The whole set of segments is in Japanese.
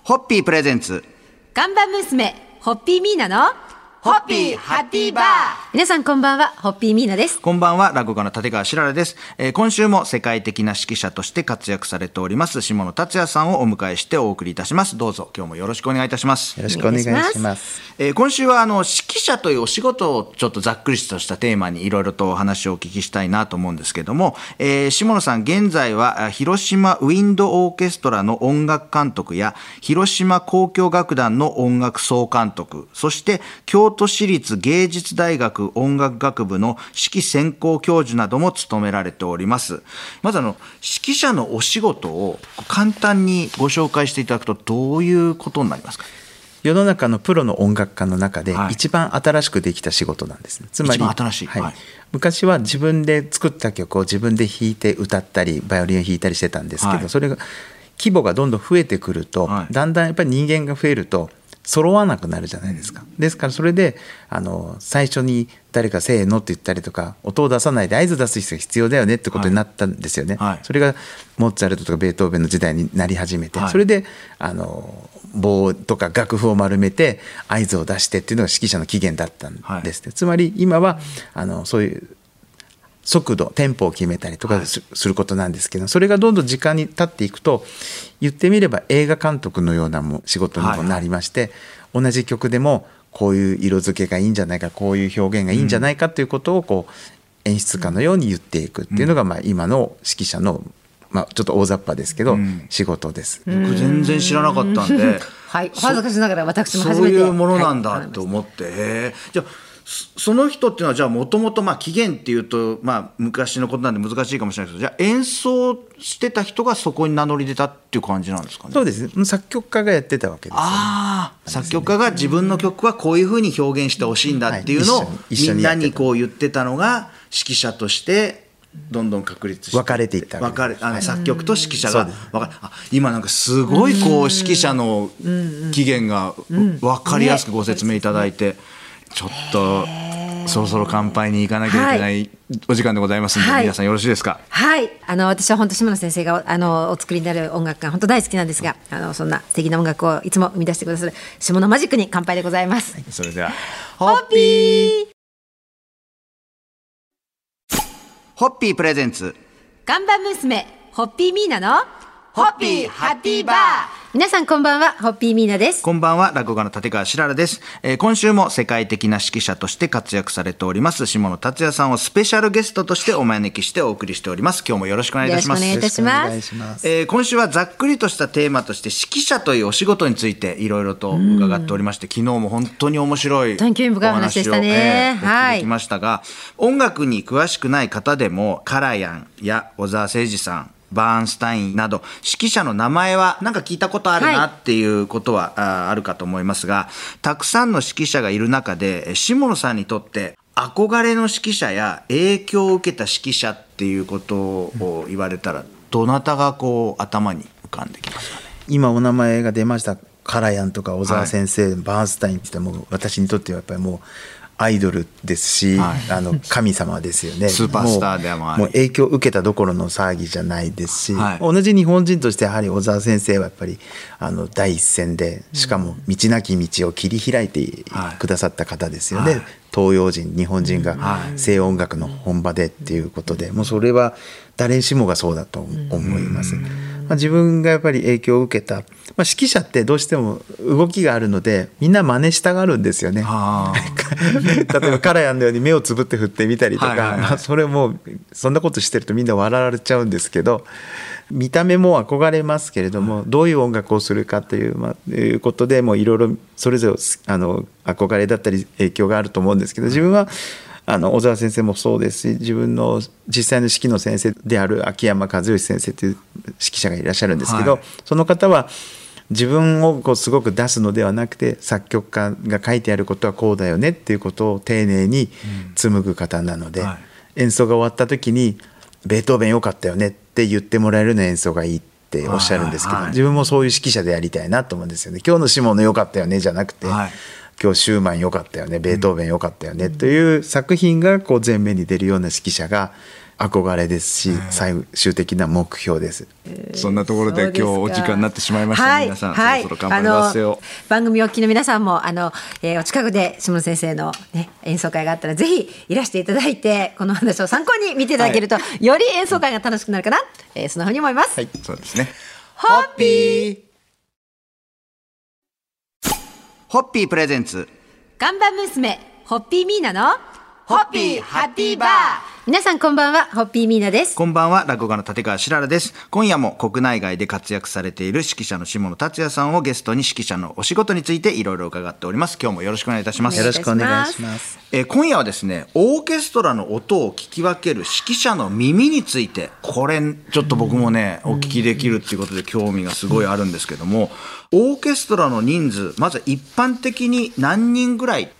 ホッピープレゼンツ看板娘ホッピーミーナのホッピーハッピーバー。 皆さんこんばんは、ホッピーミーナです。 こんばんは、落語家の立川しららです。今週も世界的な指揮者として活躍されております下野達也さんをお迎えしてお送りいたします。どうぞ今日もよろしくお願いいたします。 よろしくお願いします。 今週は指揮者というお仕事をちょっとざっくりとしたテーマにいろいろとお話をお聞きしたいなと思うんですけども、下野さん現在は広島ウィンドオーケストラの音楽監督や広島交響楽団の音楽総監督、そして京都市立芸術大学音楽学部の指揮専攻教授なども務められております。まず指揮者のお仕事を簡単にご紹介していただくとどういうことになりますか？ 世の中のプロの音楽家の中で一番新しくできた仕事なんです、つまり一番新しい、 昔は自分で作った曲を自分で弾いて歌ったりバイオリンを弾いたりしてたんですけど、それが規模がどんどん増えてくると、だんだんやっぱり人間が増えると揃わなくなるじゃないですか。ですからそれで最初に誰かせーのって言ったりとか音を出さないで合図出す人が必要だよねってことになったんですよね、それがモーツァルトとかベートーベンの時代になり始めて、それで棒とか楽譜を丸めて合図を出してっていうのが指揮者の起源だったんです、つまり今はそういう速度テンポを決めたりとかすることなんですけど、それがどんどん時間に経っていくと言ってみれば映画監督のような仕事にもなりまして、同じ曲でもこういう色付けがいいんじゃないか、こういう表現がいいんじゃないかということを演出家のように言っていくっていうのが今の指揮者のちょっと大雑把ですけど、仕事です。 僕全然知らなかったんではい、恥ずかしながら私も初めてそういうものなんだと思って、じゃあその人っていうのはじゃあもともと起源っていうと昔のことなんで難しいかもしれないですけど、じゃあ演奏してた人がそこに名乗り出たっていう感じなんですかね？ そうです。作曲家がやってたわけですよね。 作曲家が自分の曲はこういうふうに表現してほしいんだっていうのをみんなに言ってたのが指揮者としてどんどん確立して分かれていった作曲と指揮者が今なんかすごい指揮者の起源が分かりやすくご説明いただいて、ちょっとそろそろ乾杯に行かなきゃいけないお時間でございますので、皆さんよろしいですか？ はい、私は本当下野先生がお作りになる音楽が本当大好きなんですが、そんな素敵な音楽をいつも生み出してくださる下野マジックに乾杯でございます。 それではホッピーホッピープレゼンツ看板娘ホッピーミーナのホッピーハッピーバー。 皆さんこんばんは、ホッピーミーナです。 こんばんは、落語家の立川しららです。今週も世界的な指揮者として活躍されております下野達也さんをスペシャルゲストとしてお招きしてお送りしております。今日もよろしくお願いいたします。 よろしくお願いいたします。 今週はざっくりとしたテーマとして指揮者というお仕事についていろいろと伺っておりまして、昨日も本当に面白いお話をお聞きできましたが、音楽に詳しくない方でもカラヤンや小澤征爾さん、バーンスタインなど指揮者の名前はなんか聞いたことあるなっていうことはあるかと思いますが、たくさんの指揮者がいる中で下野さんにとって憧れの指揮者や影響を受けた指揮者っていうことを言われたらどなたが頭に浮かんできますかね？ 今お名前が出ましたカラヤンとか小澤先生、バーンスタインって言っても私にとってはやっぱりもうアイドルですし、神様ですよね。 スーパースターでもある。 もう影響を受けたどころの騒ぎじゃないですし、同じ日本人としてやはり小澤先生はやっぱり第一線で、しかも道なき道を切り開いてくださった方ですよね、東洋人日本人が西洋音楽の本場でっていうことで、もうそれは誰しもがそうだと思います。自分がやっぱり影響を受けた、指揮者ってどうしても動きがあるのでみんな真似したがるんですよね。例えばカラヤンのように目をつぶって振ってみたりとか、それもそんなことしてるとみんな笑われちゃうんですけど、見た目も憧れますけれども、どういう音楽をするかという、いうことでもいろいろそれぞれ憧れだったり影響があると思うんですけど、自分は小澤先生もそうですし、自分の実際の指揮の先生である秋山和義先生という指揮者がいらっしゃるんですけど、その方は自分をすごく出すのではなくて、作曲家が書いてあることはこうだよねっていうことを丁寧に紡ぐ方なので、演奏が終わった時にベートーベン良かったよねって言ってもらえるような演奏がいいっておっしゃるんですけど、自分もそういう指揮者でやりたいなと思うんですよね。今日のシモンの良かったよねじゃなくて、今日シューマン良かったよね、ベートーベン良かったよねという作品が前面に出るような指揮者が憧れですし、最終的な目標です。 そんなところで今日お時間になってしまいました、皆さん、そろそろ乾杯ますよ。 番組お聞きの皆さんもお近くで下野先生の、演奏会があったらぜひいらしていただいて、この話を参考に見ていただけると、より演奏会が楽しくなるかな、そんなふうに思います。 そうですね。ホッピープレゼンツ看板娘ホッピーミーナのホッピーハッピーバー。 皆さんこんばんは、ホッピーミーナです。 こんばんは、落語家の立川しららです。今夜も国内外で活躍されている指揮者の下野達也さんをゲストに、指揮者のお仕事についていろいろ伺っております。今日もよろしくお願いいたします。 よろしくお願いします。 今夜はですね、オーケストラの音を聞き分ける指揮者の耳について、これちょっと僕もね、お聞きできるっていうことで興味がすごいあるんですけども、オーケストラの人数、まず一般的に何人ぐらい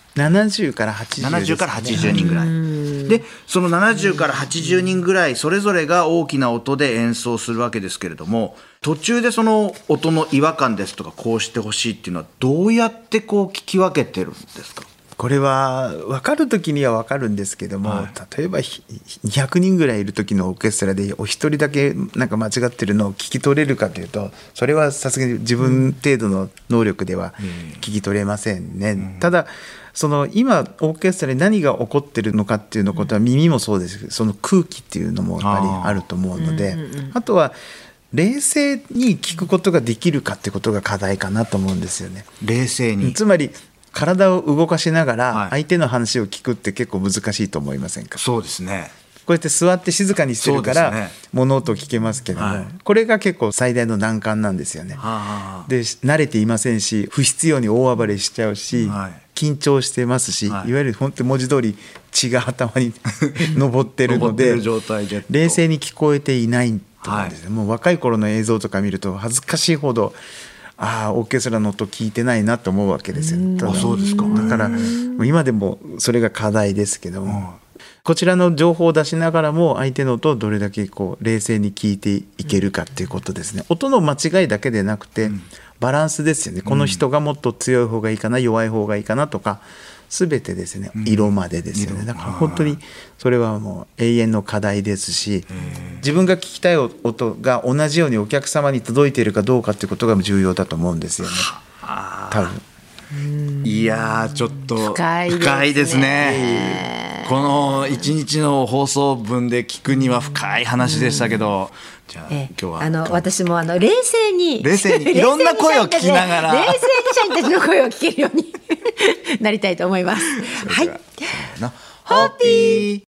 ？70から80ですね。 70から80人ぐらいで、その70から80人ぐらいそれぞれが大きな音で演奏するわけですけれども、途中でその音の違和感ですとか、こうしてほしいっていうのはどうやってこう聞き分けてるんですか？ これは分かる時には分かるんですけども、例えば200人ぐらいいる時のオーケストラでお一人だけなんか間違ってるのを聞き取れるかというと、それはさすがに自分程度の能力では聞き取れませんね。ただその今オーケストラに何が起こってるのかっていうのことは、耳もそうですけど、その空気っていうのもやっぱりあると思うので、あとは冷静に聞くことができるかってことが課題かなと思うんですよね。 冷静に、 つまり体を動かしながら相手の話を聞くって結構難しいと思いませんか？ そうですね。 こうやって座って静かにしてるから物音を聞けますけども、これが結構最大の難関なんですよね。で、慣れていませんし、不必要に大暴れしちゃうし、緊張してますし、いわゆる本当に文字通り血が頭に上ってるので冷静に聞こえていないと思うんですよ。もう若い頃の映像とか見ると恥ずかしいほど、オーケストラの音聞いてないなと思うわけですよ。 そうですか。 だから今でもそれが課題ですけども、こちらの情報を出しながらも相手の音をどれだけこう冷静に聞いていけるかっていうことですね。音の間違いだけでなくて、バランスですよね。この人がもっと強い方がいいかな、弱い方がいいかなとか、全てですね、色までですよね。だから本当にそれはもう永遠の課題ですし、自分が聞きたい音が同じようにお客様に届いているかどうかっていうことが重要だと思うんですよね、多分。 いやー、ちょっと深いですね。この一日の放送分で聞くには深い話でしたけど、じゃあ今日は私も冷静にいろんな声を聞きながら冷静に社員たちの声を聞けるようになりたいと思います。はい、 ホッピ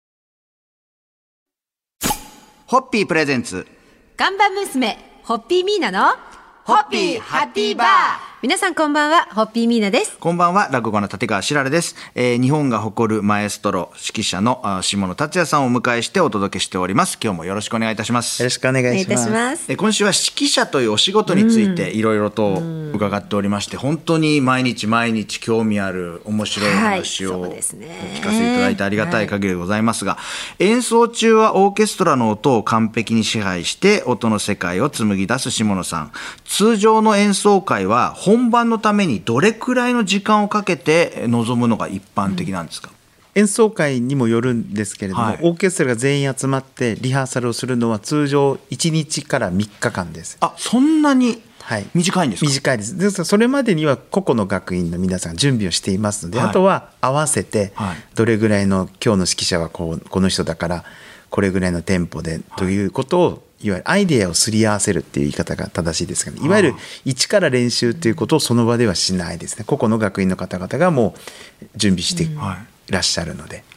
ープレゼンツ看板娘ホッピーミーナのホッピーハッピーバー。 皆さんこんばんは、ホッピーミーナです。 こんばんは、落語家の立川しららです。日本が誇るマエストロ指揮者の下野達也さんをお迎えしてお届けしております。今日もよろしくお願いいたします。 よろしくお願いします。 今週は指揮者というお仕事についていろいろと伺っておりまして、本当に毎日興味ある面白い話をお聞かせいただいてありがたい限りでございますが、演奏中はオーケストラの音を完璧に支配して音の世界を紡ぎ出す下野さん。通常の演奏会は本番のためにどれくらいの時間をかけて臨むのが一般的なんですか？ 演奏会にもよるんですけれども、オーケストラが全員集まってリハーサルをするのは通常1日から3日間です。 そんなに短いんですか？ 短いです。ですからそれまでには個々の学院の皆さん準備をしていますので、あとは合わせてどれぐらいの今日の指揮者はこの人だからこれぐらいのテンポでということを、いわゆるアイデアをすり合わせるっていう言い方が正しいですが、いわゆる一から練習っていうことをその場ではしないですね。個々の学院の方々がもう準備していらっしゃるので、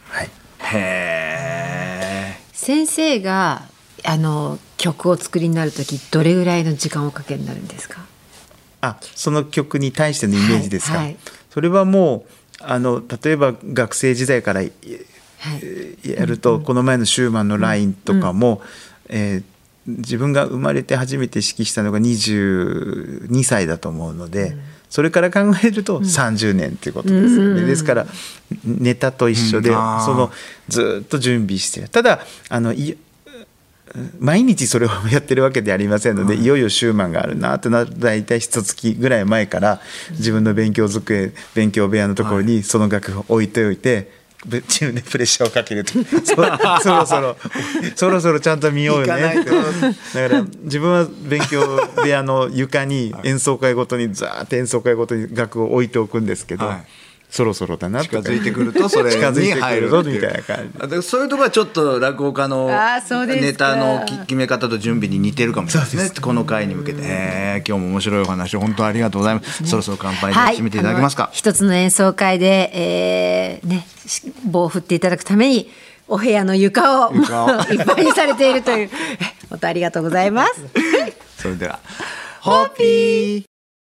先生が曲を作りになるとき、どれぐらいの時間をかけになるんですか？ その曲に対してのイメージですか？それはもう例えば学生時代からやると、この前のシューマンのラインとかも、自分が生まれて初めて指揮したのが22歳だと思うので、それから考えると30年ということですよね。ですからネタと一緒で、ずっと準備してる。ただ毎日それをやってるわけではありませんので、いよいよシューマンがあるなとなると、大体1月ぐらい前から自分の勉強部屋のところにその楽譜を置いておいて、 自分でプレッシャーをかけるとそろそろちゃんと見ようよねって。だから自分は勉強部屋の床に演奏会ごとにザーって演奏会ごとに楽を置いておくんですけど、そろそろだな近づいてくるとそれに入るぞみたいな感じ。 そういうところはちょっと落語家のネタの決め方と準備に似てるかもしれないですね。この回に向けて、今日も面白いお話本当ありがとうございます。そろそろ乾杯で締めていただけますか。 一つの演奏会で、棒を振っていただくためにお部屋の床をいっぱいにされているという本当ありがとうございます。 それではホッピー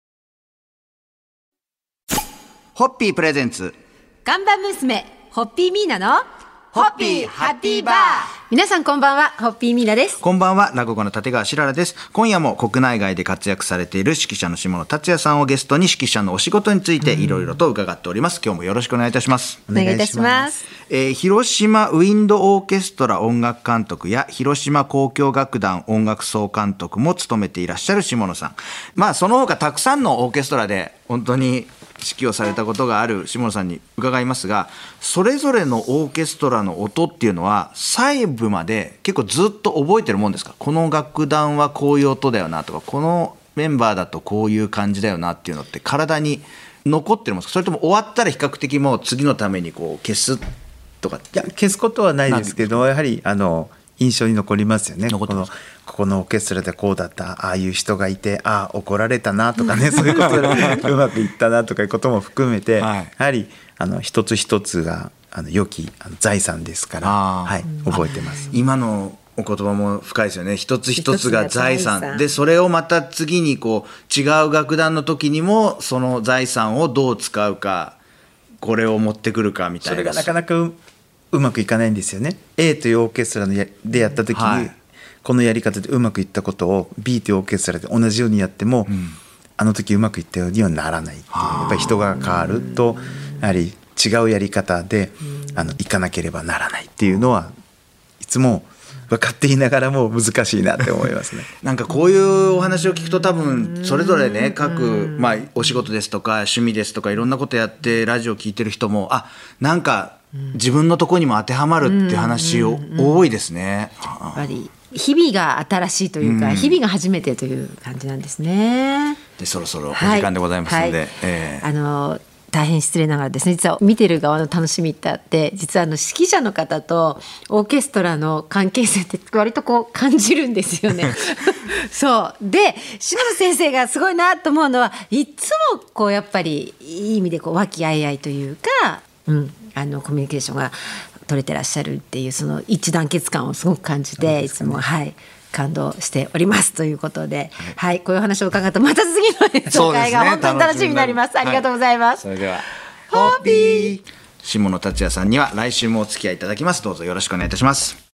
プレゼンツ看板娘ホッピーミーナのホッピーハッピーバー。皆さんこんばんは、ホッピーミーナです。 こんばんは、落語家の立川しららです。今夜も国内外で活躍されている指揮者の下野達也さんをゲストに指揮者のお仕事についていろいろと伺っております。今日もよろしくお願いいたします。 お願いいたします。 広島ウィンドオーケストラ音楽監督や広島交響楽団音楽総監督も務めていらっしゃる下野さん、その他たくさんのオーケストラで本当に指揮をされたことがある下野さんに伺いますが、それぞれのオーケストラの音っていうのは細部まで結構ずっと覚えてるもんですか？この楽団はこういう音だよなとか、このメンバーだとこういう感じだよなっていうのって体に残ってるもんですか？それとも終わったら比較的もう次のためにこう消すとかって。 いや、消すことはないですけど、やはり印象に残りますよね。このオーケストラでこうだった、ああいう人がいて、怒られたなとかね、そういうことでうまくいったなとかいうことも含めて、やはり一つ一つが良き財産ですから、覚えてます。 今のお言葉も深いですよね。一つ一つが財産で、それをまた次にこう違う楽団の時にもその財産をどう使うか、これを持ってくるかみたいな。 それがなかなかうまくいかないんですよね。 A というオーケストラでやった時に、このやり方でうまくいったことを B というオーケストラで同じようにやっても、あの時うまくいったようにはならないっていう。やっぱり人が変わるとやはり違うやり方でいかなければならないっていうのはいつも分かっていながらも難しいなって思いますね。 なんかこういうお話を聞くと多分それぞれね、各お仕事ですとか趣味ですとかいろんなことやってラジオ聞いてる人もなんか自分のところにも当てはまるって話多いですね。 やっぱり日々が新しいというか、日々が初めてという感じなんですね。 でそろそろお時間でございますので、 大変失礼ながらですね、実は見てる側の楽しみってあって、実は指揮者の方とオーケストラの関係性って割とこう感じるんですよね。そうで、下野先生がすごいなと思うのは、いつもこうやっぱりいい意味でこう和気あいあいというか、コミュニケーションが取れてらっしゃるっていうその一致団結感をすごく感じて、いつも感動しておりますということで、こういう話を伺うとまた次の演奏会が本当に楽しみになります。ありがとうございます。 それではホッピー下野達也さんには来週もお付き合いいただきます。どうぞよろしくお願いいたします。